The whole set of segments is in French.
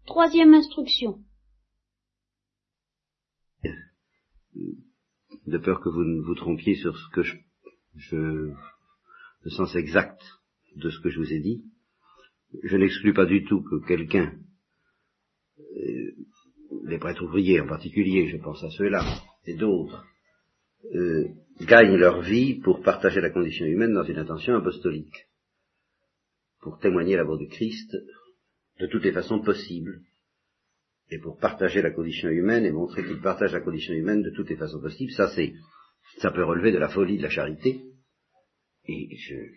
Troisième instruction. De peur que vous ne vous trompiez sur ce que le sens exact de ce que je vous ai dit, je n'exclus pas du tout que quelqu'un, les prêtres ouvriers en particulier, je pense à ceux-là, et d'autres, gagnent leur vie pour partager la condition humaine dans une intention apostolique, pour témoigner l'amour du Christ de toutes les façons possibles, et pour partager la condition humaine et montrer qu'ils partagent la condition humaine de toutes les façons possibles. Ça peut relever de la folie de la charité, et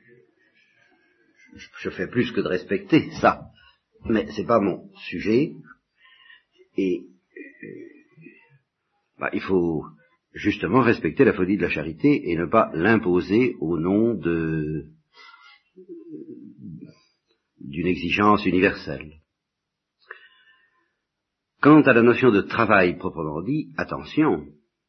je fais plus que de respecter ça, mais c'est pas mon sujet, et il faut justement respecter la folie de la charité et ne pas l'imposer au nom d'une exigence universelle. Quant à la notion de travail proprement dit, attention,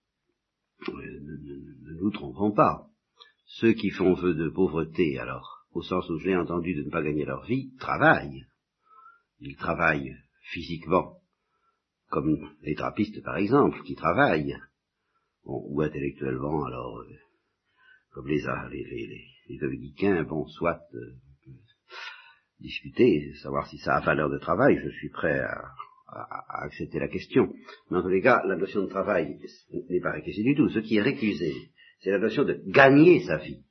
ne nous trompons pas. Ceux qui font vœu de pauvreté, alors, au sens où je l'ai entendu de ne pas gagner leur vie, travaillent. Ils travaillent physiquement, comme les trappistes par exemple, qui travaillent, ou intellectuellement, alors, comme les dominicains, soit discuter, savoir si ça a valeur de travail, je suis prêt à accepter la question. Mais en tous les cas, la notion de travail n'est pas récusée du tout. Ce qui est récusé, c'est la notion de gagner sa vie.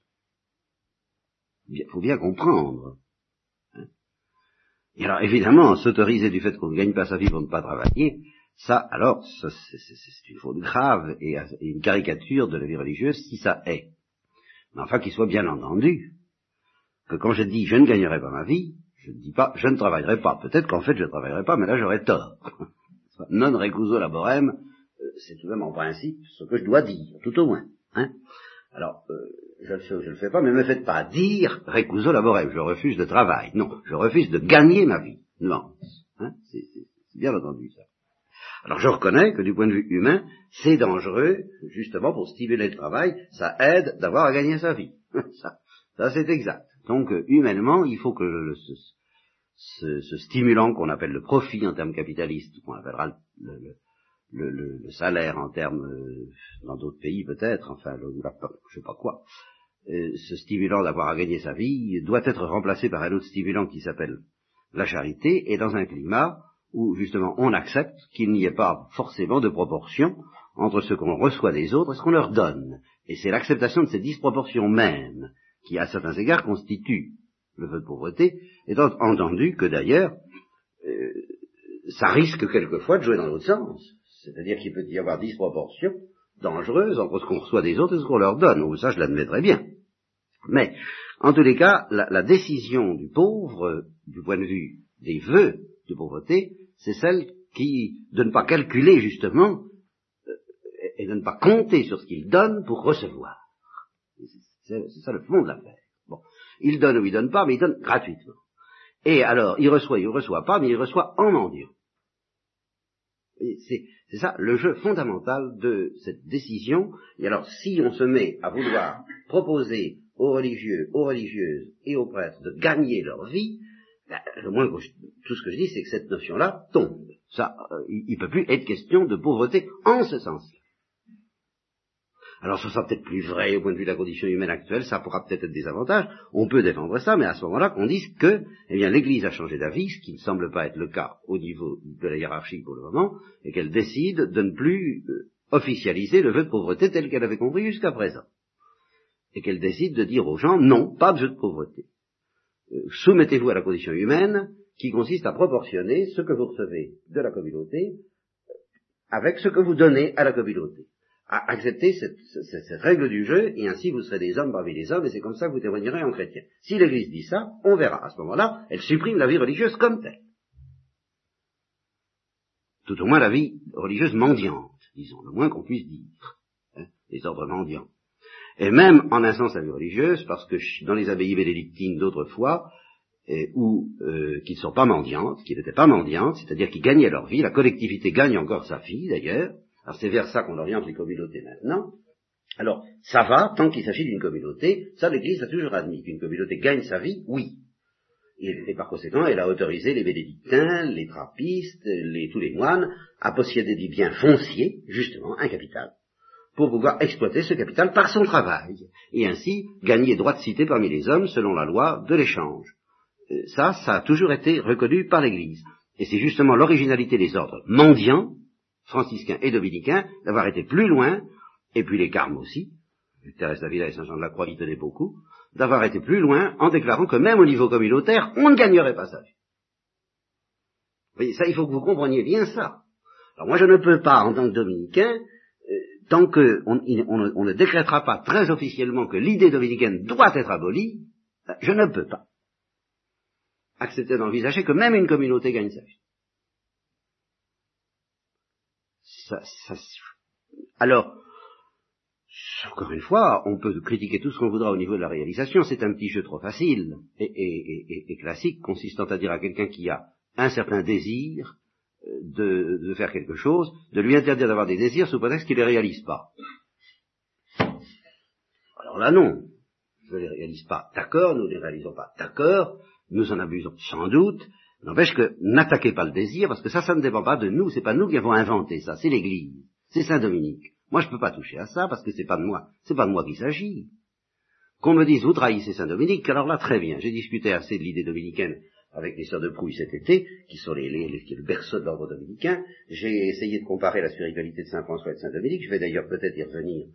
Il faut bien comprendre. Et alors, évidemment, s'autoriser du fait qu'on ne gagne pas sa vie pour ne pas travailler, ça, c'est une faute grave et une caricature de la vie religieuse, si ça est. Mais enfin, qu'il soit bien entendu que quand je dis je ne gagnerai pas ma vie, je ne dis pas je ne travaillerai pas. Peut-être qu'en fait je ne travaillerai pas, mais là j'aurais tort. Non recuso laborem, c'est tout de même en principe ce que je dois dire, tout au moins. Alors, je le fais ou je le fais pas, mais ne me faites pas dire recuso laborem, je refuse de travail. Non, je refuse de gagner ma vie. Non. C'est bien entendu ça. Alors je reconnais que du point de vue humain, c'est dangereux, justement pour stimuler le travail, ça aide d'avoir à gagner sa vie. Ça c'est exact. Donc humainement, il faut que ce stimulant qu'on appelle le profit en termes capitalistes, qu'on appellera le salaire en termes, dans d'autres pays peut-être, enfin, je sais pas quoi, ce stimulant d'avoir à gagner sa vie doit être remplacé par un autre stimulant qui s'appelle la charité, et dans un climat où justement on accepte qu'il n'y ait pas forcément de proportion entre ce qu'on reçoit des autres et ce qu'on leur donne. Et c'est l'acceptation de ces disproportions mêmes qui, à certains égards, constitue le vœu de pauvreté, étant entendu que d'ailleurs, ça risque quelquefois de jouer dans l'autre sens. C'est-à-dire qu'il peut y avoir disproportion dangereuse entre ce qu'on reçoit des autres et ce qu'on leur donne. Ou ça, je l'admettrais bien. Mais, en tous les cas, la décision du pauvre, du point de vue des vœux de pauvreté, c'est celle de ne pas calculer justement, et de ne pas compter sur ce qu'il donne pour recevoir. C'est ça le fond de l'affaire. Bon. Il donne ou il donne pas, mais il donne gratuitement. Et alors, il reçoit pas, mais il reçoit en mendiant. C'est ça le jeu fondamental de cette décision. Et alors, si on se met à vouloir proposer aux religieux, aux religieuses et aux prêtres de gagner leur vie, le moins tout ce que je dis, c'est que cette notion-là tombe. Ça, il peut plus être question de pauvreté en ce sens-là. Alors ce sera peut-être plus vrai au point de vue de la condition humaine actuelle, ça pourra peut-être être des avantages, on peut défendre ça, mais à ce moment-là qu'on dise que, l'Église a changé d'avis, ce qui ne semble pas être le cas au niveau de la hiérarchie pour le moment, et qu'elle décide de ne plus officialiser le vœu de pauvreté tel qu'elle avait compris jusqu'à présent. Et qu'elle décide de dire aux gens, non, pas de vœu de pauvreté. Soumettez-vous à la condition humaine, qui consiste à proportionner ce que vous recevez de la communauté avec ce que vous donnez à la communauté. À accepter cette règle du jeu, et ainsi vous serez des hommes parmi les hommes, et c'est comme ça que vous témoignerez en chrétien. Si l'Église dit ça, on verra. À ce moment-là, elle supprime la vie religieuse comme telle. Tout au moins la vie religieuse mendiante, disons, le moins qu'on puisse dire. Les ordres mendiants. Et même en un sens la vie religieuse, parce que dans les abbayes bénédictines d'autrefois, qui ne sont pas mendiantes, qui n'étaient pas mendiantes, c'est-à-dire qui gagnaient leur vie, la collectivité gagne encore sa vie d'ailleurs. Alors c'est vers ça qu'on oriente les communautés maintenant. Alors, ça va, tant qu'il s'agit d'une communauté, ça l'Église a toujours admis qu'une communauté gagne sa vie, oui. Et par conséquent, elle a autorisé les bénédictins, les trappistes, tous les moines à posséder des biens fonciers, justement, un capital, pour pouvoir exploiter ce capital par son travail, et ainsi gagner droit de cité parmi les hommes selon la loi de l'échange. Ça a toujours été reconnu par l'Église. Et c'est justement l'originalité des ordres mendiants, franciscains et dominicains, d'avoir été plus loin, et puis les carmes aussi, Thérèse d'Avila et Saint Jean de la Croix y tenaient beaucoup, d'avoir été plus loin en déclarant que même au niveau communautaire, on ne gagnerait pas sa vie. Vous voyez, ça, il faut que vous compreniez bien ça. Alors moi, je ne peux pas, en tant que dominicain, tant qu'on ne décrétera pas très officiellement que l'idée dominicaine doit être abolie, je ne peux pas accepter d'envisager que même une communauté gagne sa vie. Alors, encore une fois, on peut critiquer tout ce qu'on voudra au niveau de la réalisation, c'est un petit jeu trop facile et classique, consistant à dire à quelqu'un qui a un certain désir de faire quelque chose, de lui interdire d'avoir des désirs sous prétexte qu'il ne les réalise pas. Alors là, non, je ne les réalise pas, d'accord, nous ne les réalisons pas, d'accord, nous en abusons sans doute, n'empêche que n'attaquez pas le désir, parce que ça ne dépend pas de nous, c'est pas nous qui avons inventé ça, c'est l'Église, c'est Saint-Dominique. Moi, je ne peux pas toucher à ça, parce que c'est pas de moi qu'il s'agit. Qu'on me dise, vous trahissez Saint-Dominique, alors là, très bien, j'ai discuté assez de l'idée dominicaine avec les sœurs de Prouille cet été, qui sont le berceau de l'ordre dominicain. J'ai essayé de comparer la spiritualité de Saint-François et de Saint-Dominique, je vais d'ailleurs peut-être y revenir.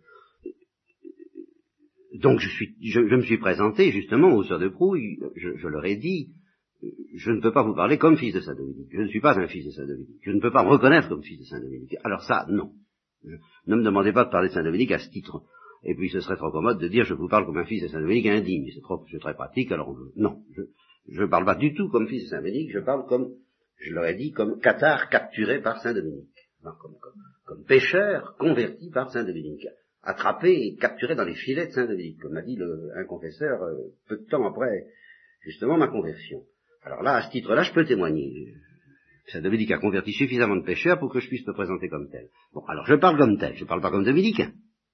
Donc je me suis présenté justement aux sœurs de Prouille, je leur ai dit, je ne peux pas vous parler comme fils de Saint-Dominique, je ne suis pas un fils de Saint-Dominique, je ne peux pas me reconnaître comme fils de Saint-Dominique. Alors ça, non. Ne me demandez pas de parler de Saint-Dominique à ce titre. Et puis ce serait trop commode de dire je vous parle comme un fils de Saint-Dominique indigne, c'est très pratique, alors non, je ne parle pas du tout comme fils de Saint-Dominique, je parle comme, je leur ai dit, comme cathare capturé par Saint-Dominique, comme pêcheur converti par Saint-Dominique, attrapé et capturé dans les filets de Saint-Dominique, comme m'a dit un confesseur peu de temps après justement ma conversion. Alors là, à ce titre-là, je peux témoigner. Saint-Dominique a converti suffisamment de pécheurs pour que je puisse me présenter comme tel. Bon, alors je parle comme tel, je ne parle pas comme dominicain.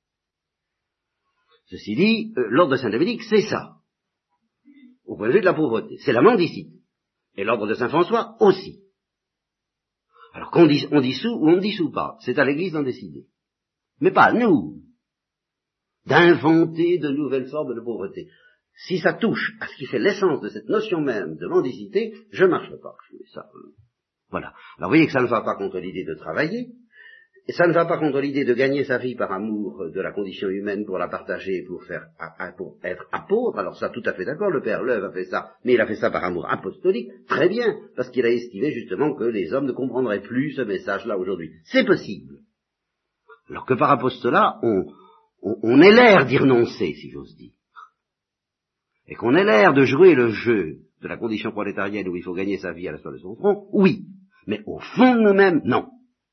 Ceci dit, l'ordre de Saint-Dominique, c'est ça, au point de vue de la pauvreté, c'est la mendicité. Et l'ordre de Saint-François aussi. Alors on dissout ou on ne dissout pas, c'est à l'Église d'en décider. Mais pas à nous, d'inventer de nouvelles formes de pauvreté. Si ça touche à ce qui fait l'essence de cette notion même de mendicité, je ne marche pas. Ça, voilà. Alors vous voyez que ça ne va pas contre l'idée de travailler, et ça ne va pas contre l'idée de gagner sa vie par amour de la condition humaine pour la partager, pour être apôtre. Alors ça, tout à fait d'accord, le Père Leuve a fait ça, mais il a fait ça par amour apostolique, très bien, parce qu'il a estimé justement que les hommes ne comprendraient plus ce message-là aujourd'hui. C'est possible. Alors que par apostolat, on ait l'air d'y renoncer, si j'ose dire. Et qu'on ait l'air de jouer le jeu de la condition prolétarienne où il faut gagner sa vie à la sueur de son front, oui. Mais au fond de nous-mêmes, non.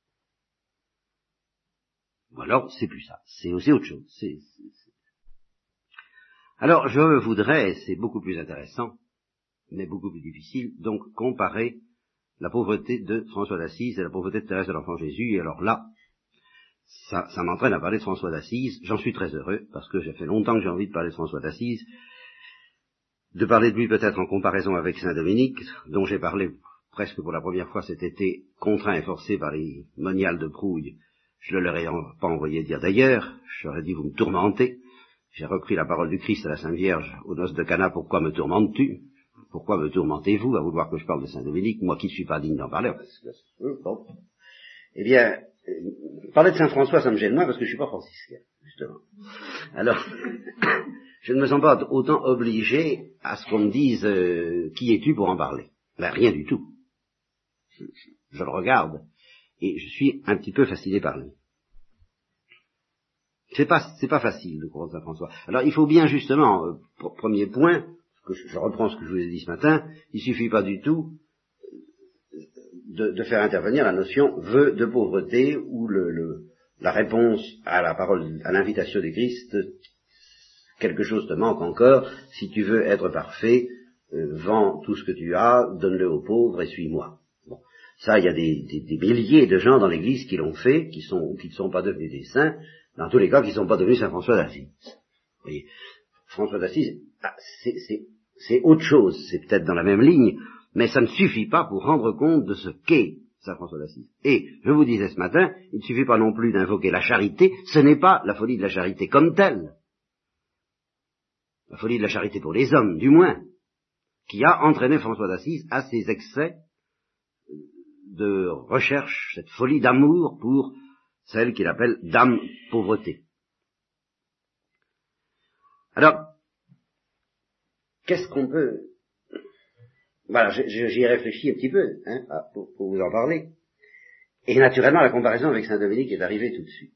Ou alors, c'est plus ça. C'est aussi autre chose. Alors, je voudrais, c'est beaucoup plus intéressant, mais beaucoup plus difficile, donc comparer la pauvreté de François d'Assise et la pauvreté de Thérèse de l'Enfant Jésus. Et alors là, ça m'entraîne à parler de François d'Assise. J'en suis très heureux, parce que ça fait longtemps que j'ai envie de parler de François d'Assise, de parler de lui peut-être en comparaison avec Saint-Dominique, dont j'ai parlé presque pour la première fois cet été, contraint et forcé par les moniales de Prouille. Je ne leur ai pas envoyé dire d'ailleurs, j'aurais dit vous me tourmentez. J'ai repris la parole du Christ à la Sainte Vierge aux noces de Cana, pourquoi me tourmentes-tu? Pourquoi me tourmentez-vous à vouloir que je parle de Saint-Dominique, moi qui ne suis pas digne d'en parler? Bon. Eh bien, parler de Saint-François, ça me gêne moins parce que je ne suis pas franciscain, justement. Alors, je ne me sens pas autant obligé à ce qu'on me dise qui es-tu pour en parler? Ben, rien du tout. Je le regarde et je suis un petit peu fasciné par lui. C'est pas facile de comprendre Saint-François. Alors il faut bien justement, premier point, que je reprends ce que je vous ai dit ce matin, il suffit pas du tout de faire intervenir la notion vœu de pauvreté ou la réponse à la parole, à l'invitation du Christ. Quelque chose te manque encore, si tu veux être parfait, vends tout ce que tu as, donne-le aux pauvres et suis-moi. Bon. Ça, il y a des milliers de gens dans l'Église qui l'ont fait, qui ne sont pas devenus des saints, dans tous les cas qui ne sont pas devenus Saint François d'Assise. Vous voyez, François d'Assise, c'est autre chose, c'est peut-être dans la même ligne, mais ça ne suffit pas pour rendre compte de ce qu'est saint François d'Assise. Et, je vous disais ce matin, il ne suffit pas non plus d'invoquer la charité, ce n'est pas la folie de la charité comme telle, la folie de la charité pour les hommes, du moins, qui a entraîné François d'Assise à ses excès de recherche, cette folie d'amour pour celle qu'il appelle dame pauvreté. Alors, qu'est-ce qu'on peut... Voilà, j'y ai réfléchi un petit peu, hein, pour vous en parler. Et naturellement, la comparaison avec Saint-Dominique est arrivée tout de suite.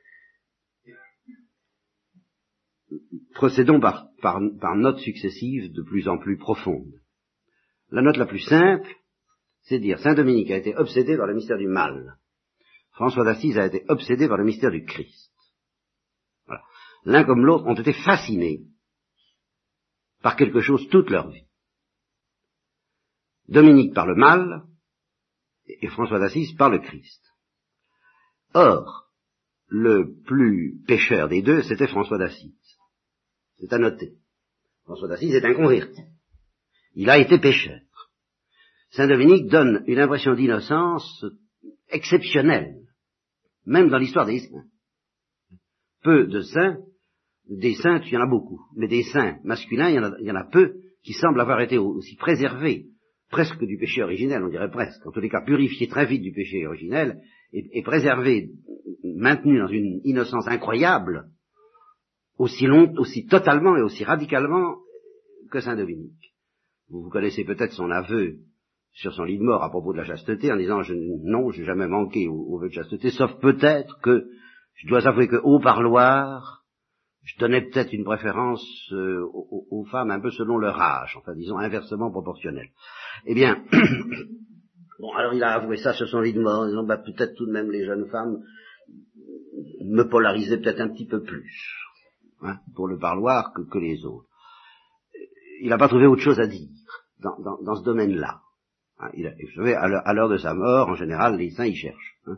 Procédons par notes successives de plus en plus profondes. La note la plus simple, c'est de dire Saint-Dominique a été obsédé par le mystère du mal. François d'Assise a été obsédé par le mystère du Christ. Voilà. L'un comme l'autre ont été fascinés par quelque chose toute leur vie. Dominique par le mal et François d'Assise par le Christ. Or, le plus pécheur des deux, c'était François d'Assise. C'est à noter. François d'Assise est un converti. Il a été pécheur. Saint-Dominique donne une impression d'innocence exceptionnelle, même dans l'histoire des saints. Peu de saints, des saints, il y en a beaucoup, mais des saints masculins, il y en a peu qui semblent avoir été aussi préservés, presque du péché originel, on dirait presque, en tous les cas purifiés très vite du péché originel, et préservés, maintenus dans une innocence incroyable, aussi totalement et aussi radicalement que Saint-Dominique. Vous connaissez peut-être son aveu sur son lit de mort à propos de la chasteté, en disant non, j'ai jamais manqué au vœu de chasteté, sauf peut-être que, je dois avouer que au parloir, je donnais peut-être une préférence aux femmes un peu selon leur âge, enfin disons inversement proportionnelle. Eh bien, bon, alors il a avoué ça sur son lit de mort, en disant peut-être tout de même les jeunes femmes me polarisaient peut-être un petit peu plus, hein, pour le parloir que les autres. Il n'a pas trouvé autre chose à dire dans ce domaine-là. Hein, vous savez, à l'heure de sa mort, en général, les saints, ils cherchent. Hein.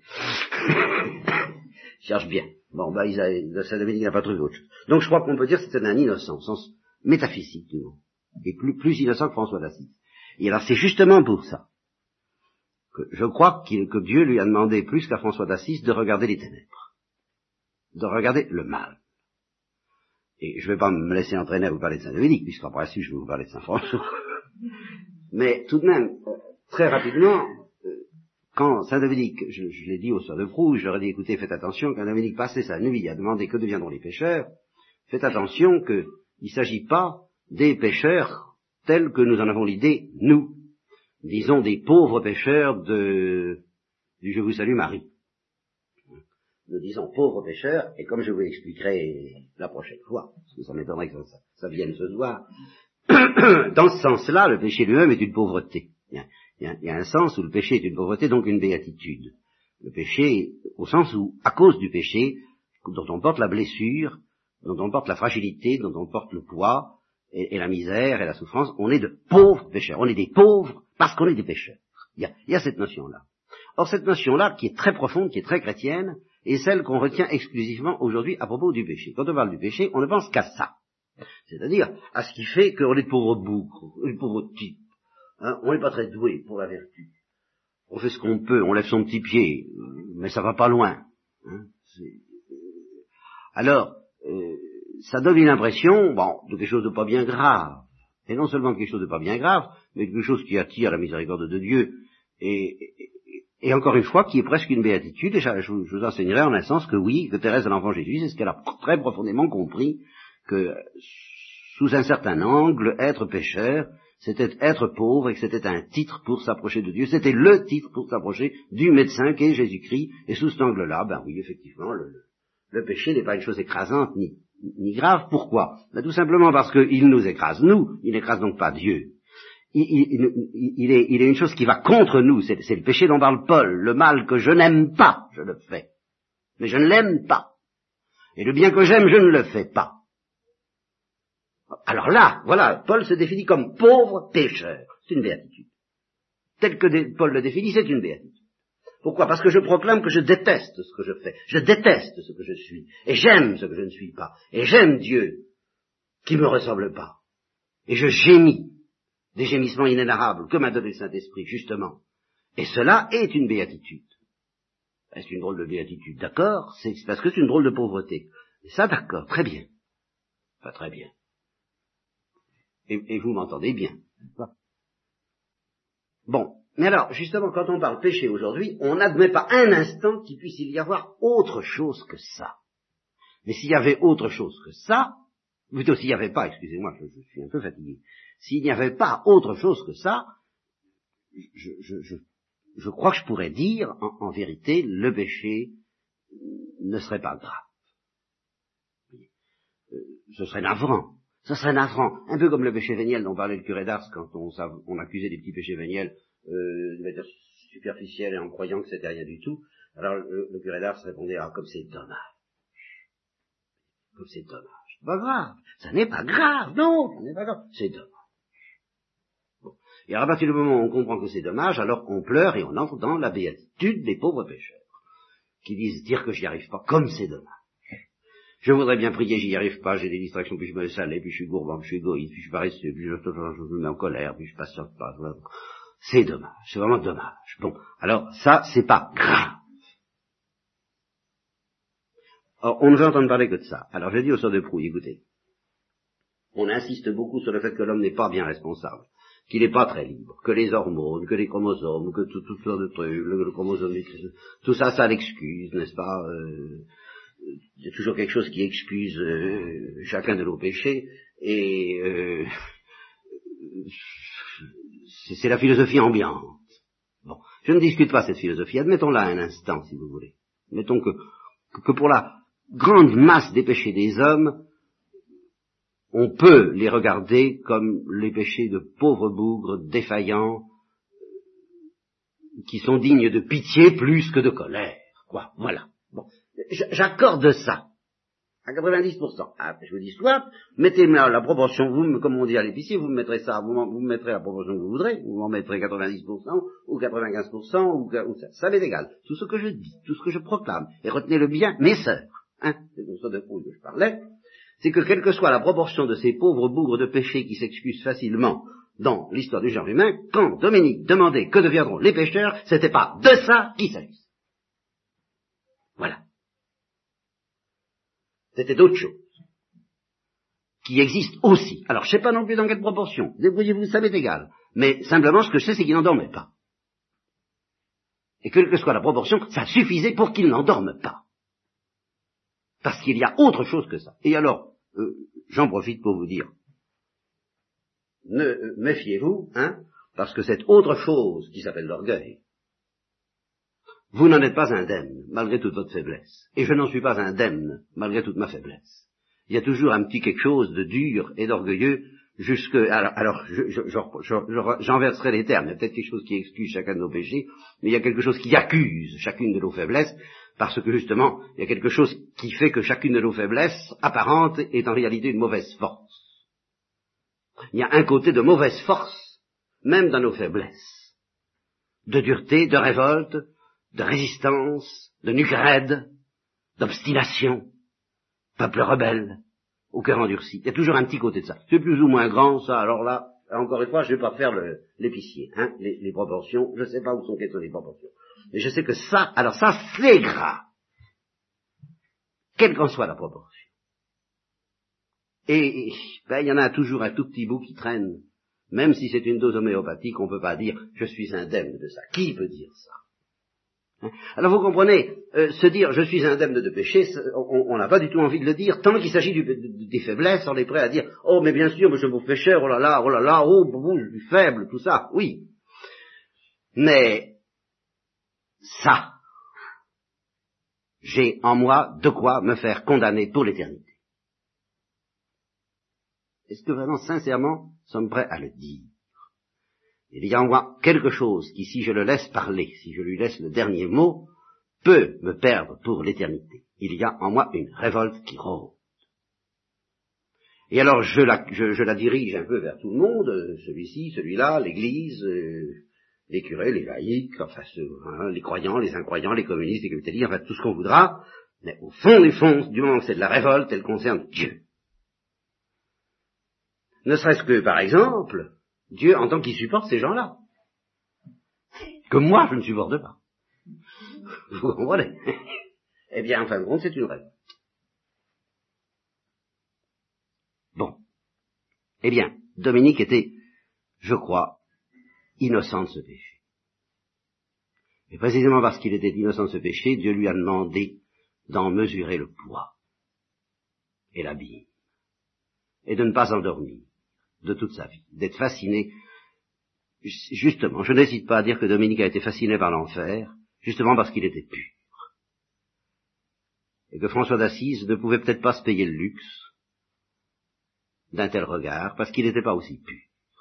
Ils cherchent bien. Bon, Saint-Dominique n'a pas trouvé autre chose. Donc je crois qu'on peut dire que c'était un innocent, au sens métaphysique du mot, et plus innocent que François d'Assise. Et alors c'est justement pour ça que je crois que Dieu lui a demandé plus qu'à François d'Assise de regarder les ténèbres, de regarder le mal. Et je ne vais pas me laisser entraîner à vous parler de Saint-Dominique, puisqu'après je vais vous parler de Saint-François. Mais tout de même, très rapidement, quand Saint-Dominique, je l'ai dit au soir de Proust, j'aurais dit, écoutez, faites attention, quand Dominique passait sa nuit à demander que deviendront les pécheurs, faites attention qu'il ne s'agit pas des pécheurs tels que nous en avons l'idée, nous, disons des pauvres pécheurs du Je vous salue Marie. Nous disons pauvres pécheurs, et comme je vous l'expliquerai la prochaine fois, parce que ça m'étonnerait que ça vienne ce soir, dans ce sens-là, le péché lui-même est une pauvreté. Il y a un sens où le péché est une pauvreté, donc une béatitude. Le péché, au sens où, à cause du péché, dont on porte la blessure, dont on porte la fragilité, dont on porte le poids, et la misère, et la souffrance, on est de pauvres pécheurs. On est des pauvres parce qu'on est des pécheurs. Il y a cette notion-là. Or, cette notion-là, qui est très profonde, qui est très chrétienne, est celle qu'on retient exclusivement aujourd'hui à propos du péché. Quand on parle du péché, on ne pense qu'à ça. C'est-à-dire à ce qui fait qu'on est de pauvres bougres, de pauvres types. Hein, on n'est pas très doué pour la vertu. On fait ce qu'on peut, on lève son petit pied, mais ça va pas loin. Hein, alors, ça donne une impression, de quelque chose de pas bien grave. Et non seulement quelque chose de pas bien grave, mais quelque chose qui attire la miséricorde de Dieu. Et encore une fois, qui est presque une béatitude. Et je vous enseignerai en un sens que oui, que Thérèse de l'Enfant Jésus, c'est ce qu'elle a très profondément compris, que sous un certain angle, être pécheur, c'était être pauvre et que c'était un titre pour s'approcher de Dieu. C'était le titre pour s'approcher du médecin qu'est Jésus-Christ. Et sous cet angle-là, oui, effectivement, le péché n'est pas une chose écrasante ni grave. Pourquoi? Tout simplement parce qu'il nous écrase, nous. Il n'écrase donc pas Dieu. Il est une chose qui va contre nous. C'est le péché dont parle Paul. Le mal que je n'aime pas, je le fais. Mais je ne l'aime pas. Et le bien que j'aime, je ne le fais pas. Alors là, voilà, Paul se définit comme pauvre pécheur. C'est une béatitude. Tel que Paul le définit, c'est une béatitude. Pourquoi? Parce que je proclame que je déteste ce que je fais. Je déteste ce que je suis. Et j'aime ce que je ne suis pas. Et j'aime Dieu qui me ressemble pas. Et je gémis, des gémissements inénarrables que m'a donné le Saint-Esprit, justement. Et cela est une béatitude. Est-ce une drôle de béatitude? D'accord, c'est parce que c'est une drôle de pauvreté. Et ça, d'accord, très bien. Enfin, très bien. Et vous m'entendez bien. Bon, mais alors, justement, quand on parle péché aujourd'hui, on n'admet pas un instant qu'il puisse y avoir autre chose que ça. Mais s'il y avait autre chose que ça, plutôt s'il n'y avait pas, excusez-moi, je suis un peu fatigué, s'il n'y avait pas autre chose que ça, je crois que je pourrais dire, en vérité, le péché ne serait pas grave. Ce serait navrant. Ce serait navrant. Un peu comme le péché véniel dont parlait le curé d'Ars quand on accusait des petits péchés véniels de manière superficielle et en croyant que c'était rien du tout. Alors le curé d'Ars répondait, ah, comme c'est dommage. Comme c'est dommage. C'est pas grave. Ça n'est pas grave. Non, ça n'est pas grave. C'est dommage. Bon. Et alors à partir du moment où on comprend que c'est dommage, alors on pleure et on entre dans la béatitude des pauvres pécheurs qui disent dire que j'y arrive pas, comme c'est dommage. Je voudrais bien prier, j'y arrive pas, j'ai des distractions, puis je me laisse aller, puis je suis gourmand, puis je suis égoïste, puis je suis paresseux, puis je me mets en colère, puis je patiente pas. C'est dommage, c'est vraiment dommage. Bon, alors ça, c'est pas grave. Or, on ne veut entendre parler que de ça. Alors je dis au sort de Prouille, écoutez, on insiste beaucoup sur le fait que l'homme n'est pas bien responsable, qu'il n'est pas très libre, que les hormones, que les chromosomes, que toutes sortes de trucs, le chromosome, tout ça, ça l'excuse, n'est-ce pas il y a toujours quelque chose qui excuse chacun de nos péchés, et c'est la philosophie ambiante. Bon, je ne discute pas cette philosophie, admettons-la un instant, si vous voulez. Mettons que pour la grande masse des péchés des hommes, on peut les regarder comme les péchés de pauvres bougres défaillants, qui sont dignes de pitié plus que de colère, quoi, voilà. Bon. J'accorde ça à 90%. Ah, je vous dis soit, mettez-moi la proportion, comme on dit à l'épicier, vous me mettrez ça, vous me mettrez la proportion que vous voudrez, vous m'en mettrez 90% ou 95% ou ça m'est égal. Tout ce que je dis, tout ce que je proclame, et retenez-le bien, mes sœurs, c'est de ça de Prouille que je parlais, c'est que quelle que soit la proportion de ces pauvres bougres de péché qui s'excusent facilement dans l'histoire du genre humain, quand Dominique demandait que deviendront les pécheurs, c'était pas de ça qu'il s'agissait. Voilà. C'était d'autres choses, qui existent aussi. Alors, je sais pas non plus dans quelle proportion, débrouillez-vous, ça m'est égal. Mais simplement, ce que je sais, c'est qu'il n'en dormait pas. Et quelle que soit la proportion, ça suffisait pour qu'il n'en dorme pas. Parce qu'il y a autre chose que ça. Et alors, j'en profite pour vous dire, méfiez-vous, parce que cette autre chose qui s'appelle l'orgueil, vous n'en êtes pas indemne, malgré toute votre faiblesse. Et je n'en suis pas indemne, malgré toute ma faiblesse. Il y a toujours un petit quelque chose de dur et d'orgueilleux, jusque... Alors j'enverserai les termes. Il y a peut-être quelque chose qui excuse chacun de nos péchés, mais il y a quelque chose qui accuse chacune de nos faiblesses, parce que justement, il y a quelque chose qui fait que chacune de nos faiblesses apparentes est en réalité une mauvaise force. Il y a un côté de mauvaise force, même dans nos faiblesses. De dureté, de révolte, de résistance, de nuque raide, d'obstination, peuple rebelle, au cœur endurci. Il y a toujours un petit côté de ça. C'est plus ou moins grand, ça, alors là, encore une fois, je ne vais pas faire l'épicier, les proportions, je ne sais pas où sont quelles sont les proportions. Mais je sais que ça, alors ça, c'est grave. Quelle qu'en soit la proportion. Et, il y en a toujours un tout petit bout qui traîne. Même si c'est une dose homéopathique, on ne peut pas dire, je suis indemne de ça. Qui peut dire ça? Alors vous comprenez, se dire je suis indemne de péché, on n'a pas du tout envie de le dire, tant qu'il s'agit des faiblesses, on est prêt à dire oh mais bien sûr, je suis un pauvre pécheur, oh là là, oh je suis faible, tout ça, oui. Mais ça, j'ai en moi de quoi me faire condamner pour l'éternité. Est-ce que vraiment, sincèrement, sommes prêts à le dire? Il y a en moi quelque chose qui, si je le laisse parler, si je lui laisse le dernier mot, peut me perdre pour l'éternité. Il y a en moi une révolte qui rôde. Et alors je la dirige un peu vers tout le monde, celui-ci, celui-là, l'église, les curés, les laïcs, enfin les croyants, les incroyants, les communistes, les capitalistes, enfin tout ce qu'on voudra, mais au fond des fonds, du moment que c'est de la révolte, elle concerne Dieu. Ne serait-ce que, par exemple, Dieu en tant qu'il supporte ces gens-là. Que moi, je ne supporte pas. Vous comprenez? Eh bien, en fin de compte, c'est une règle. Bon. Eh bien, Dominique était, je crois, innocent de ce péché. Et précisément parce qu'il était innocent de ce péché, Dieu lui a demandé d'en mesurer le poids et l'abîme, et de ne pas endormir de toute sa vie, d'être fasciné. Justement, je n'hésite pas à dire que Dominique a été fasciné par l'enfer, justement parce qu'il était pur. Et que François d'Assise ne pouvait peut-être pas se payer le luxe d'un tel regard, parce qu'il n'était pas aussi pur.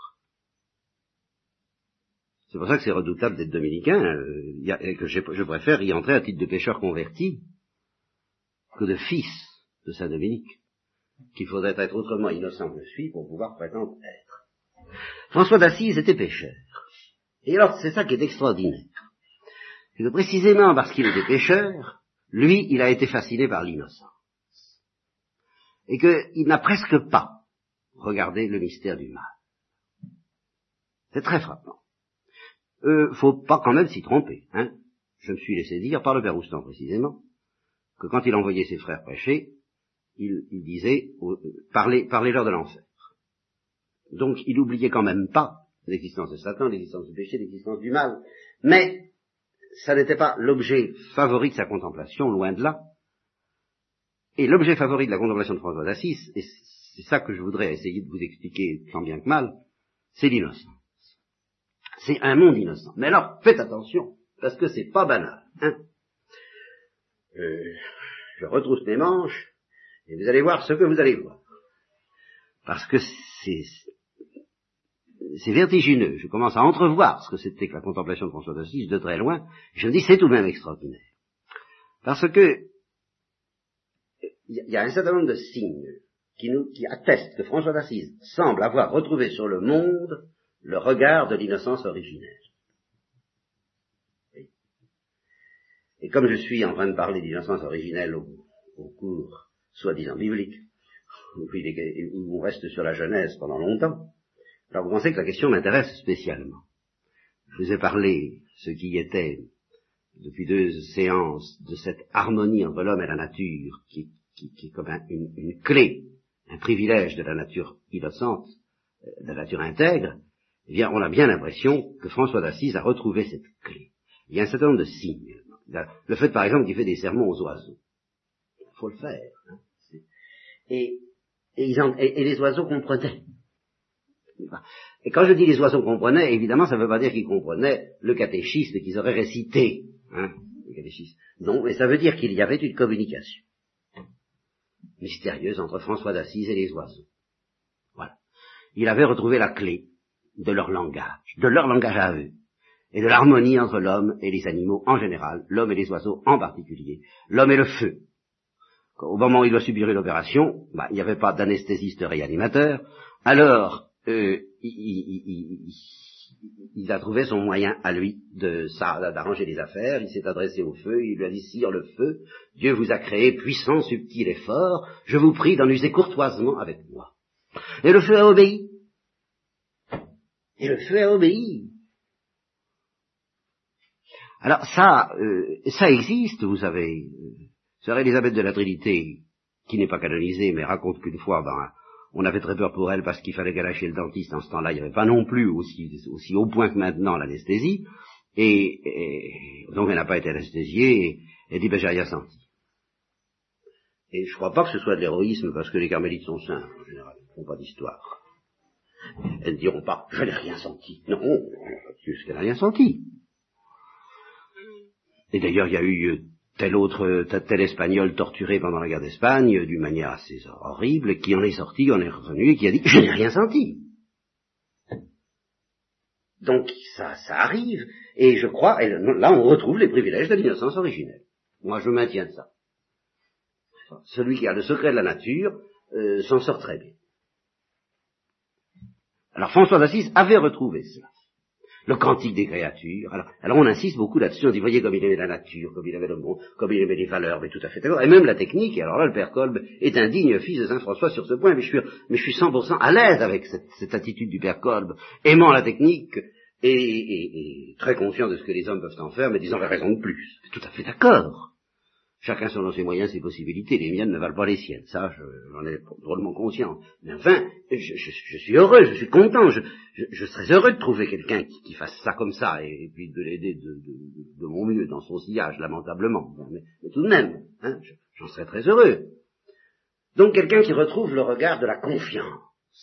C'est pour ça que c'est redoutable d'être dominicain, et que je préfère y entrer à titre de pécheur converti que de fils de Saint Dominique, qu'il faudrait être autrement innocent que je suis pour pouvoir prétendre être. François d'Assise était pécheur. Et alors, c'est ça qui est extraordinaire. C'est que précisément parce qu'il était pécheur, lui, il a été fasciné par l'innocence. Et qu'il n'a presque pas regardé le mystère du mal. C'est très frappant. Faut pas quand même s'y tromper, hein. Je me suis laissé dire, par le Père Roustan précisément, que quand il envoyait ses frères prêcher, il disait, parlez-leur de l'enfer. Donc il n'oubliait quand même pas l'existence de Satan, l'existence du péché, l'existence du mal. Mais ça n'était pas l'objet favori de sa contemplation, loin de là. Et l'objet favori de la contemplation de François d'Assise, et c'est ça que je voudrais essayer de vous expliquer tant bien que mal, c'est l'innocence. C'est un monde innocent. Mais alors, faites attention, parce que c'est pas banal, hein. Je retrousse mes manches, et vous allez voir ce que vous allez voir. Parce que c'est vertigineux. Je commence à entrevoir ce que c'était que la contemplation de François d'Assise de très loin. Je me dis, c'est tout de même extraordinaire. Parce que il y a un certain nombre de signes qui attestent que François d'Assise semble avoir retrouvé sur le monde le regard de l'innocence originelle. Et comme je suis en train de parler d'innocence originelle au cours soi-disant biblique, où on reste sur la Genèse pendant longtemps, alors vous pensez que la question m'intéresse spécialement. Je vous ai parlé, ce qui était, depuis 2 séances, de cette harmonie entre l'homme et la nature, qui est comme une clé, un privilège de la nature innocente, de la nature intègre. Eh bien, on a bien l'impression que François d'Assise a retrouvé cette clé. Il y a un certain nombre de signes. Le fait, par exemple, qu'il fait des sermons aux oiseaux. Il faut le faire. Hein. Et les oiseaux comprenaient. Et quand je dis les oiseaux comprenaient, évidemment, ça ne veut pas dire qu'ils comprenaient le catéchisme qu'ils auraient récité. Hein, le catéchisme. Non, mais ça veut dire qu'il y avait une communication mystérieuse entre François d'Assise et les oiseaux. Voilà. Il avait retrouvé la clé de leur langage à eux, et de l'harmonie entre l'homme et les animaux en général, l'homme et les oiseaux en particulier, l'homme et le feu. Au moment où il doit subir une opération, il n'y avait pas d'anesthésiste réanimateur, alors il a trouvé son moyen à lui d'arranger les affaires. Il s'est adressé au feu, il lui a dit, sire le feu, Dieu vous a créé puissant, subtil et fort, je vous prie d'en user courtoisement avec moi. Et le feu a obéi. Alors ça existe, vous savez. Sœur Élisabeth de la Trinité, qui n'est pas canonisée, mais raconte qu'une fois, on avait très peur pour elle parce qu'il fallait qu'elle aille chez le dentiste. En ce temps-là, il n'y avait pas non plus aussi haut point que maintenant l'anesthésie, et donc elle n'a pas été anesthésiée, et elle dit, j'ai rien senti. Et je crois pas que ce soit de l'héroïsme, parce que les carmélites sont saints, en général, ils ne font pas d'histoire. Elles ne diront pas, je n'ai rien senti. Non, c'est qu'elle n'a rien senti. Et d'ailleurs, il y a eu tel Espagnol torturé pendant la guerre d'Espagne, d'une manière assez horrible, qui en est sorti, en est revenu, et qui a dit, je n'ai rien senti. Donc, ça arrive, et je crois, là on retrouve les privilèges de l'innocence originelle. Moi, je maintiens ça. Celui qui a le secret de la nature s'en sort très bien. Alors François d'Assise avait retrouvé cela. le cantique des créatures. Alors on insiste beaucoup là-dessus, on dit, voyez comme il aimait la nature, comme il aimait le monde, comme il aimait les valeurs, mais tout à fait d'accord. Et même la technique, et alors là, le père Kolb est un digne fils de Saint François sur ce point, mais je suis 100% à l'aise avec cette attitude du père Kolb, aimant la technique, et très conscient de ce que les hommes peuvent en faire, mais disant la raison de plus. Tout à fait d'accord. Chacun selon ses moyens, ses possibilités, les miennes ne valent pas les siennes, ça, j'en ai drôlement conscient. Mais enfin, je suis heureux, je suis content, je serais heureux de trouver quelqu'un qui fasse ça comme ça, et puis de l'aider de mon mieux dans son sillage, lamentablement. Mais tout de même, hein, j'en serais très heureux. Donc quelqu'un qui retrouve le regard de la confiance.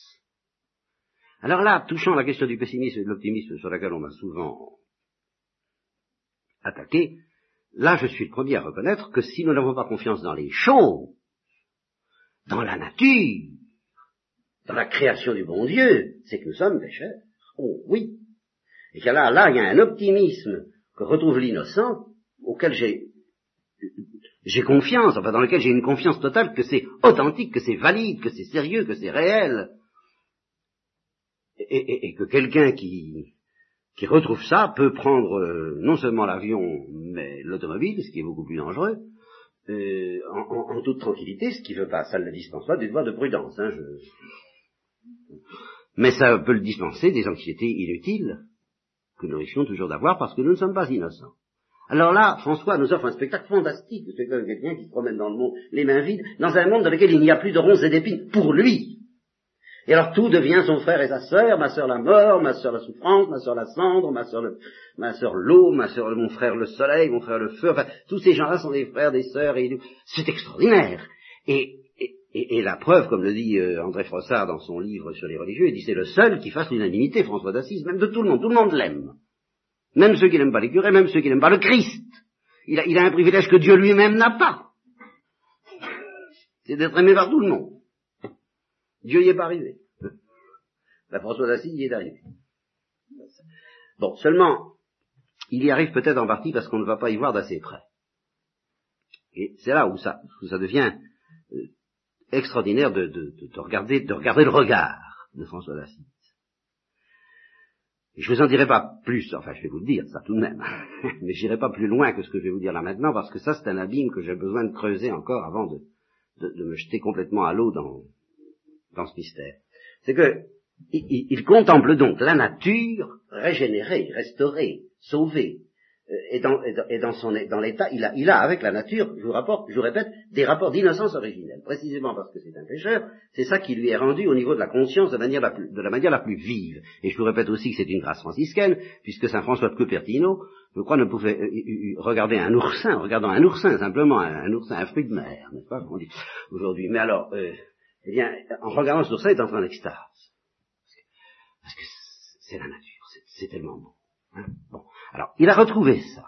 Alors là, touchant la question du pessimisme et de l'optimisme sur laquelle on m'a souvent attaqué, là, je suis le premier à reconnaître que si nous n'avons pas confiance dans les choses, dans la nature, dans la création du bon Dieu, c'est que nous sommes pécheurs. Oh oui. Et que là, il y a un optimisme que retrouve l'innocent, auquel j'ai confiance, enfin dans lequel j'ai une confiance totale que c'est authentique, que c'est valide, que c'est sérieux, que c'est réel. Et que quelqu'un qui retrouve ça peut prendre non seulement l'avion, mais l'automobile, ce qui est beaucoup plus dangereux, en toute tranquillité, ce qui veut pas, ça ne le dispense pas du devoir de prudence. Hein, mais ça peut le dispenser des anxiétés inutiles que nous risquons toujours d'avoir parce que nous ne sommes pas innocents. Alors là, François nous offre un spectacle fantastique, c'est comme quelqu'un qui se promène dans le monde les mains vides, dans un monde dans lequel il n'y a plus de ronces et d'épines pour lui. Et alors tout devient son frère et sa sœur, ma sœur la mort, ma sœur la souffrance, ma sœur la cendre, ma sœur l'eau, mon frère le soleil, mon frère le feu, enfin, tous ces gens-là sont des frères, des sœurs, et c'est extraordinaire. Et la preuve, comme le dit André Frossard dans son livre sur les religieux, il dit c'est le seul qui fasse l'unanimité, François d'Assise, même de tout le monde l'aime. Même ceux qui n'aiment pas les curés, même ceux qui n'aiment pas le Christ. Il a un privilège que Dieu lui-même n'a pas. C'est d'être aimé par tout le monde. Dieu y est pas arrivé. La François d'Assise y est arrivé. Bon, seulement, il y arrive peut-être en partie parce qu'on ne va pas y voir d'assez près. Et c'est là où ça devient extraordinaire de regarder le regard de François d'Assise. Et je vous en dirai pas plus, enfin je vais vous le dire, ça tout de même, mais j'irai pas plus loin que ce que je vais vous dire là maintenant, parce que ça c'est un abîme que j'ai besoin de creuser encore avant de me jeter complètement à l'eau dans ce mystère. C'est que il contemple donc la nature régénérée, restaurée, sauvée, et dans l'état, il a avec la nature, je vous répète, des rapports d'innocence originelle, précisément parce que c'est un pécheur, c'est ça qui lui est rendu au niveau de la conscience de la manière la plus vive. Et je vous répète aussi que c'est une grâce franciscaine, puisque Saint François de Cupertino, je crois, ne pouvait regarder un oursin, regardant un oursin, simplement, un oursin, un fruit de mer, n'est-ce pas, comme on dit aujourd'hui. Mais alors, eh bien, en regardant cet oursin, il est entré en extase. Parce que c'est la nature, c'est tellement beau. Hein, bon. Alors, il a retrouvé ça.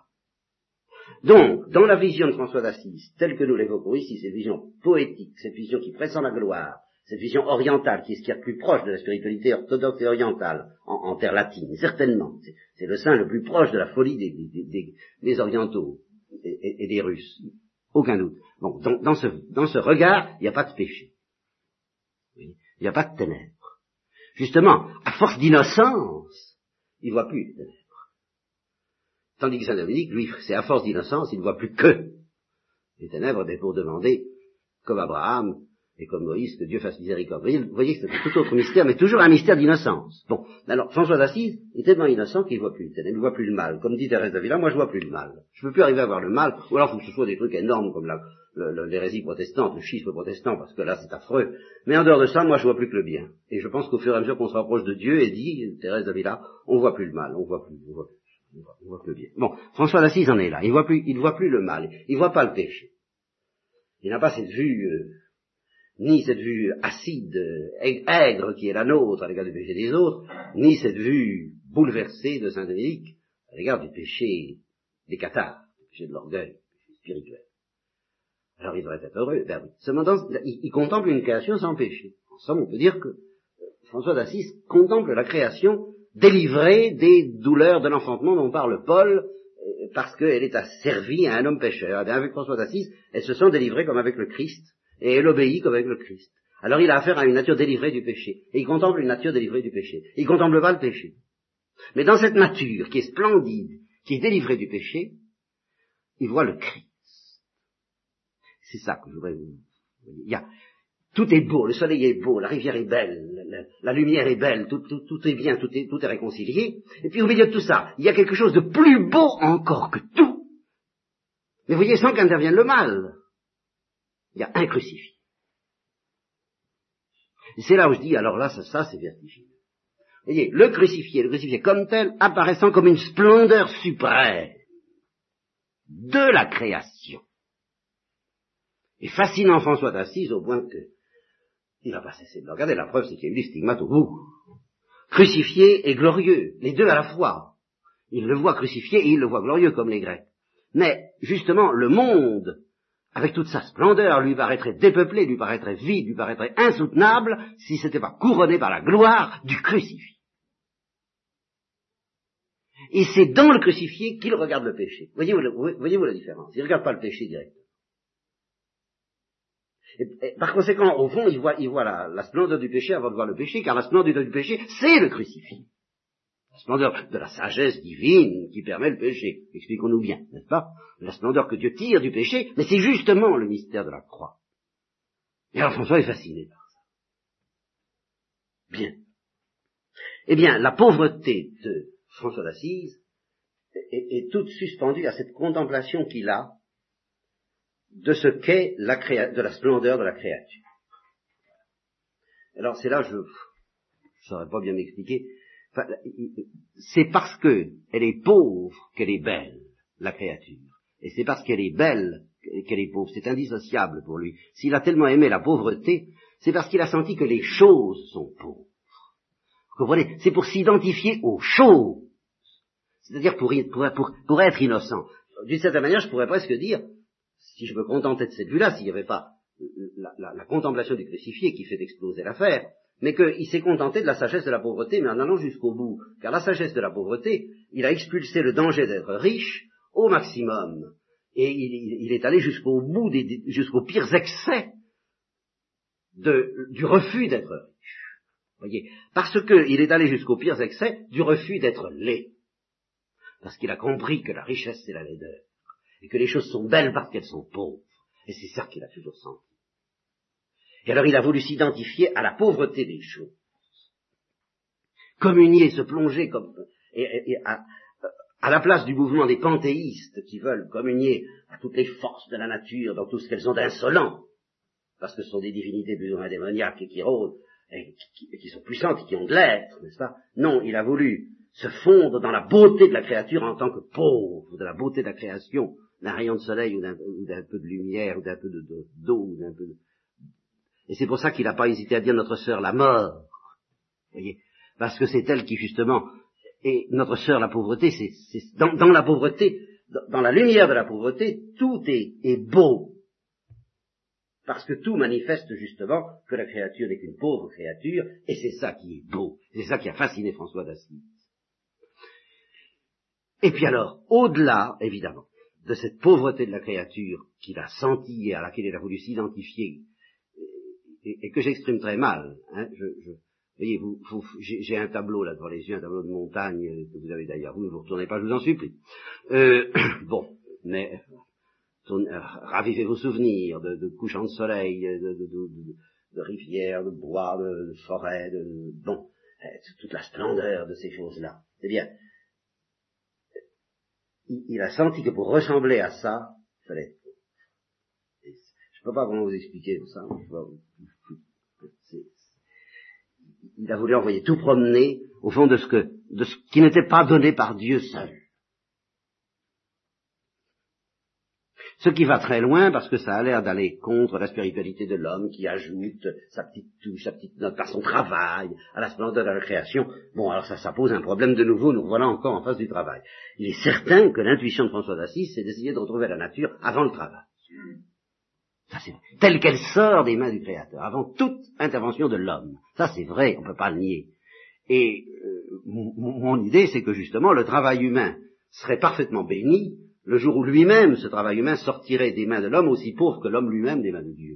Donc, dans la vision de François d'Assise, telle que nous l'évoquons ici, cette vision poétique, cette vision qui pressent la gloire, cette vision orientale, qui est ce qui est le plus proche de la spiritualité orthodoxe et orientale, en terre latine, certainement. C'est le sein le plus proche de la folie des orientaux et des Russes. Aucun doute. Bon, dans ce regard, il n'y a pas de péché. Il n'y a pas de ténèbres. Justement, à force d'innocence, il ne voit plus les ténèbres. Tandis que Saint Dominique, lui, c'est à force d'innocence, il ne voit plus que les ténèbres, mais pour demander, comme Abraham et comme Moïse, que Dieu fasse miséricorde. Vous voyez que c'est un tout autre mystère, mais toujours un mystère d'innocence. Bon, alors François d'Assise est tellement innocent qu'il ne voit plus les ténèbres, il ne voit plus le mal. Comme dit Thérèse d'Avila, moi je vois plus le mal. Je ne peux plus arriver à voir le mal, ou alors il faut que ce soit des trucs énormes comme l'hérésie protestante, le schisme protestant, parce que là c'est affreux. Mais en dehors de ça, moi je vois plus que le bien. Et je pense qu'au fur et à mesure qu'on se rapproche de Dieu, et dit Thérèse d'Avila, on voit plus le mal, on voit que le bien. Bon, François d'Assise en est là, il voit plus le mal, il voit pas le péché. Il n'a pas cette vue, ni cette vue acide, aigre qui est la nôtre à l'égard du péché des autres, ni cette vue bouleversée de Saint Dominique à l'égard du péché des cathares, du péché de l'orgueil, du péché spirituel. Alors il devrait être heureux. Ben oui. Cependant, il contemple une création sans péché. En somme, on peut dire que François d'Assise contemple la création délivrée des douleurs de l'enfantement dont parle Paul, parce qu'elle est asservie à un homme pécheur. Et bien, avec François d'Assise, elle se sent délivrée comme avec le Christ, et elle obéit comme avec le Christ. Alors il a affaire à une nature délivrée du péché, et il contemple une nature délivrée du péché. Il contemple pas le péché. Mais dans cette nature qui est splendide, qui est délivrée du péché, il voit le Christ. C'est ça que je voudrais vous dire. Tout est beau, le soleil est beau, la rivière est belle, la lumière est belle, tout est bien, tout est réconcilié. Et puis au milieu de tout ça, il y a quelque chose de plus beau encore que tout. Mais vous voyez, sans qu'intervienne le mal, il y a un crucifié. Et c'est là où je dis, alors là, ça c'est vertigineux. Vous voyez, le crucifié comme tel, apparaissant comme une splendeur suprême de la création. Et fascinant François d'Assise au point que il n'a pas cessé de le regarder. La preuve, c'est qu'il y a eu des stigmates au bout. Crucifié et glorieux, les deux à la fois. Il le voit crucifié et il le voit glorieux comme les Grecs. Mais, justement, le monde, avec toute sa splendeur, lui paraîtrait dépeuplé, lui paraîtrait vide, lui paraîtrait insoutenable, si ce n'était pas couronné par la gloire du crucifié. Et c'est dans le crucifié qu'il regarde le péché. Voyez-vous la différence? Il ne regarde pas le péché direct. Et par conséquent, au fond, il voit la splendeur du péché avant de voir le péché, car la splendeur du péché, c'est le crucifié. La splendeur de la sagesse divine qui permet le péché. Expliquons-nous bien, n'est-ce pas? La splendeur que Dieu tire du péché, mais c'est justement le mystère de la croix. Et alors François est fasciné par ça. Bien. Eh bien, la pauvreté de François d'Assise est toute suspendue à cette contemplation qu'il a de ce qu'est de la splendeur de la créature. Alors c'est là, je ne saurais pas bien m'expliquer, enfin, c'est parce qu'elle est pauvre qu'elle est belle, la créature. Et c'est parce qu'elle est belle qu'elle est pauvre. C'est indissociable pour lui. S'il a tellement aimé la pauvreté, c'est parce qu'il a senti que les choses sont pauvres. Vous comprenez? C'est pour s'identifier aux choses. C'est-à-dire pour être innocent. D'une certaine manière, je pourrais presque dire, si je me contentais de cette vue-là, s'il n'y avait pas la contemplation du crucifié qui fait exploser l'affaire, mais qu'il s'est contenté de la sagesse de la pauvreté, mais en allant jusqu'au bout. Car la sagesse de la pauvreté, il a expulsé le danger d'être riche au maximum. Et il est allé jusqu'au bout, jusqu'aux pires excès du refus d'être riche. Voyez, parce qu'il est allé jusqu'aux pires excès du refus d'être laid. Parce qu'il a compris que la richesse, c'est la laideur. Et que les choses sont belles parce qu'elles sont pauvres. Et c'est ça qu'il a toujours senti. Et alors il a voulu s'identifier à la pauvreté des choses. Communier, se plonger à la place du mouvement des panthéistes qui veulent communier à toutes les forces de la nature, dans tout ce qu'elles ont d'insolent, parce que ce sont des divinités plus ou moins démoniaques et qui rôdent, et qui sont puissantes et qui ont de l'être, n'est-ce pas? Non, il a voulu se fondre dans la beauté de la créature en tant que pauvre, de la beauté de la création, d'un rayon de soleil ou d'un peu de lumière, ou d'un peu d'eau, ou d'un peu de... Et c'est pour ça qu'il n'a pas hésité à dire notre sœur la mort. Voyez, parce que c'est elle qui justement est notre sœur la pauvreté. C'est dans la pauvreté, dans la lumière de la pauvreté, tout est beau, parce que tout manifeste justement que la créature n'est qu'une pauvre créature, et c'est ça qui est beau. C'est ça qui a fasciné François d'Assise. Et puis alors, au-delà, évidemment, de cette pauvreté de la créature qu'il a sentie et à laquelle il a voulu s'identifier, et que j'exprime très mal, hein, voyez, j'ai un tableau là devant les yeux, un tableau de montagne que vous avez d'ailleurs, vous ne vous retournez pas, je vous en supplie. Bon, mais ravivez vos souvenirs de couchants de soleil, de rivières, de bois, de forêts, toute la splendeur de ces choses-là. Eh bien, il a senti que pour ressembler à ça, il fallait être pauvre. Je ne peux pas vraiment vous expliquer tout ça. Il a voulu envoyer tout promener au fond de ce qui n'était pas donné par Dieu seul. Ce qui va très loin parce que ça a l'air d'aller contre la spiritualité de l'homme qui ajoute sa petite touche, sa petite note par son travail à la splendeur de la création. Bon, alors ça pose un problème de nouveau, nous voilà encore en face du travail. Il est certain que l'intuition de François d'Assise, c'est d'essayer de retrouver la nature avant le travail. Ça c'est vrai. Telle qu'elle sort des mains du Créateur, avant toute intervention de l'homme. Ça c'est vrai, on ne peut pas le nier. Et mon idée, c'est que justement, le travail humain serait parfaitement béni le jour où lui-même, ce travail humain, sortirait des mains de l'homme aussi pauvre que l'homme lui-même des mains de Dieu.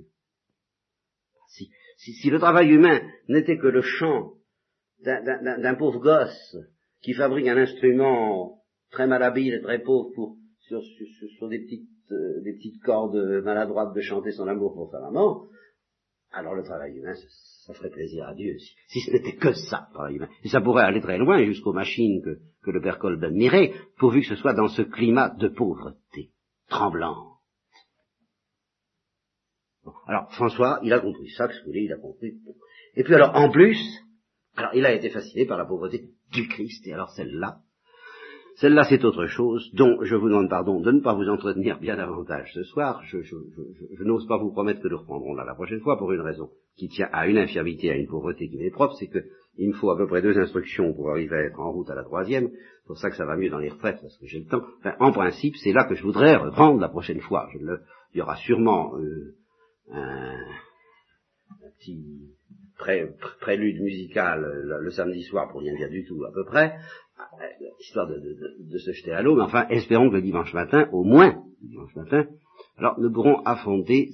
Si le travail humain n'était que le chant d'un pauvre gosse qui fabrique un instrument très malhabile et très pauvre sur des petites cordes maladroites de chanter son amour pour sa maman, alors le travail humain, ça ferait plaisir à Dieu, si ce n'était que ça, le travail humain. Et ça pourrait aller très loin, jusqu'aux machines que le père Kolb admirait, pourvu que ce soit dans ce climat de pauvreté, tremblant. Bon, alors, François, il a compris ça, que ce que vous voulez, il a compris. Et puis alors, en plus, alors il a été fasciné par la pauvreté du Christ, et alors celle-là, c'est autre chose, dont je vous demande pardon de ne pas vous entretenir bien davantage ce soir. Je n'ose pas vous promettre que nous reprendrons là la prochaine fois, pour une raison qui tient à une infirmité, à une pauvreté qui m'est propre, c'est que il me faut à peu près 2 instructions pour arriver à être en route à la 3e. C'est pour ça que ça va mieux dans les retraites, parce que j'ai le temps. Enfin, en principe, c'est là que je voudrais reprendre la prochaine fois. Il y aura sûrement un petit prélude musical le samedi soir, pour rien dire du tout à peu près, histoire de se jeter à l'eau, mais enfin, espérons que le dimanche matin, au moins, le dimanche matin, alors nous pourrons affronter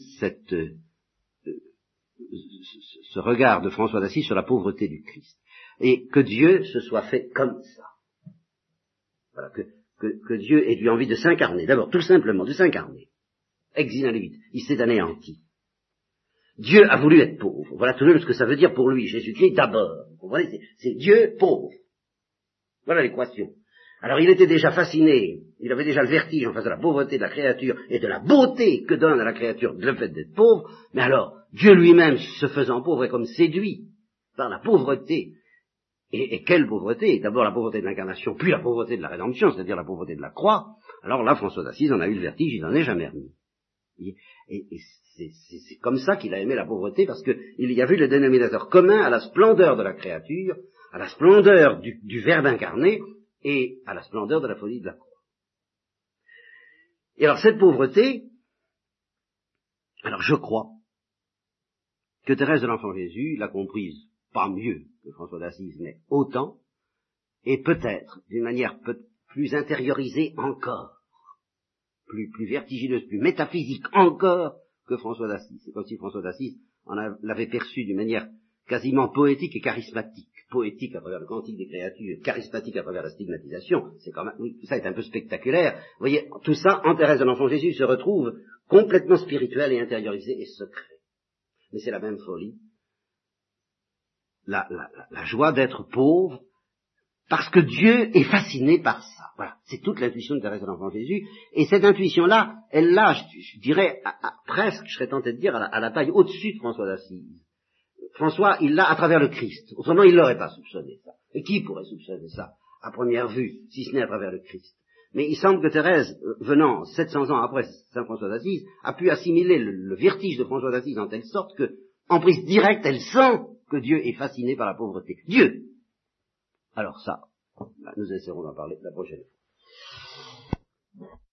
ce regard de François d'Assise sur la pauvreté du Christ. Et que Dieu se soit fait comme ça. Voilà, que Dieu ait eu envie de s'incarner, d'abord, tout simplement, de s'incarner. Ex nihilo, il s'est anéanti. Dieu a voulu être pauvre. Voilà tout de même ce que ça veut dire pour lui, Jésus-Christ d'abord. Vous comprenez, c'est Dieu pauvre. Voilà l'équation. Alors il était déjà fasciné, il avait déjà le vertige en face de la pauvreté de la créature et de la beauté que donne à la créature le fait d'être pauvre, mais alors Dieu lui-même, se faisant pauvre, est comme séduit par la pauvreté. Et quelle pauvreté? D'abord la pauvreté de l'incarnation, puis la pauvreté de la rédemption, c'est-à-dire la pauvreté de la croix. Alors là, François d'Assise en a eu le vertige, il n'en est jamais remis. Et c'est comme ça qu'il a aimé la pauvreté, parce qu'il y a vu le dénominateur commun à la splendeur de la créature, à la splendeur du Verbe incarné, et à la splendeur de la folie de la croix. Et alors cette pauvreté, alors je crois que Thérèse de l'Enfant Jésus l'a comprise, pas mieux que François d'Assise, mais autant, et peut-être d'une manière plus intériorisée encore, plus vertigineuse, plus métaphysique encore que François d'Assise. C'est comme si François d'Assise l'avait perçu d'une manière quasiment poétique et charismatique. Poétique à travers le cantique des créatures, charismatique à travers la stigmatisation. C'est quand même, oui, tout ça est un peu spectaculaire. Vous voyez, tout ça, en Thérèse de l'Enfant Jésus, se retrouve complètement spirituel et intériorisé et secret. Mais c'est la même folie. La joie d'être pauvre, parce que Dieu est fasciné par ça. Voilà, c'est toute l'intuition de Thérèse de l'Enfant Jésus. Et cette intuition-là, elle l'a, je dirais, presque, je serais tenté de dire, à la taille au-dessus de François d'Assise. François, il l'a à travers le Christ. Autrement, il ne l'aurait pas soupçonné ça. Et qui pourrait soupçonner ça, à première vue, si ce n'est à travers le Christ? Mais il semble que Thérèse, venant 700 ans après Saint François d'Assise, a pu assimiler le vertige de François d'Assise en telle sorte que, en prise directe, elle sent que Dieu est fasciné par la pauvreté. Dieu! Alors ça, nous essaierons d'en parler la prochaine fois.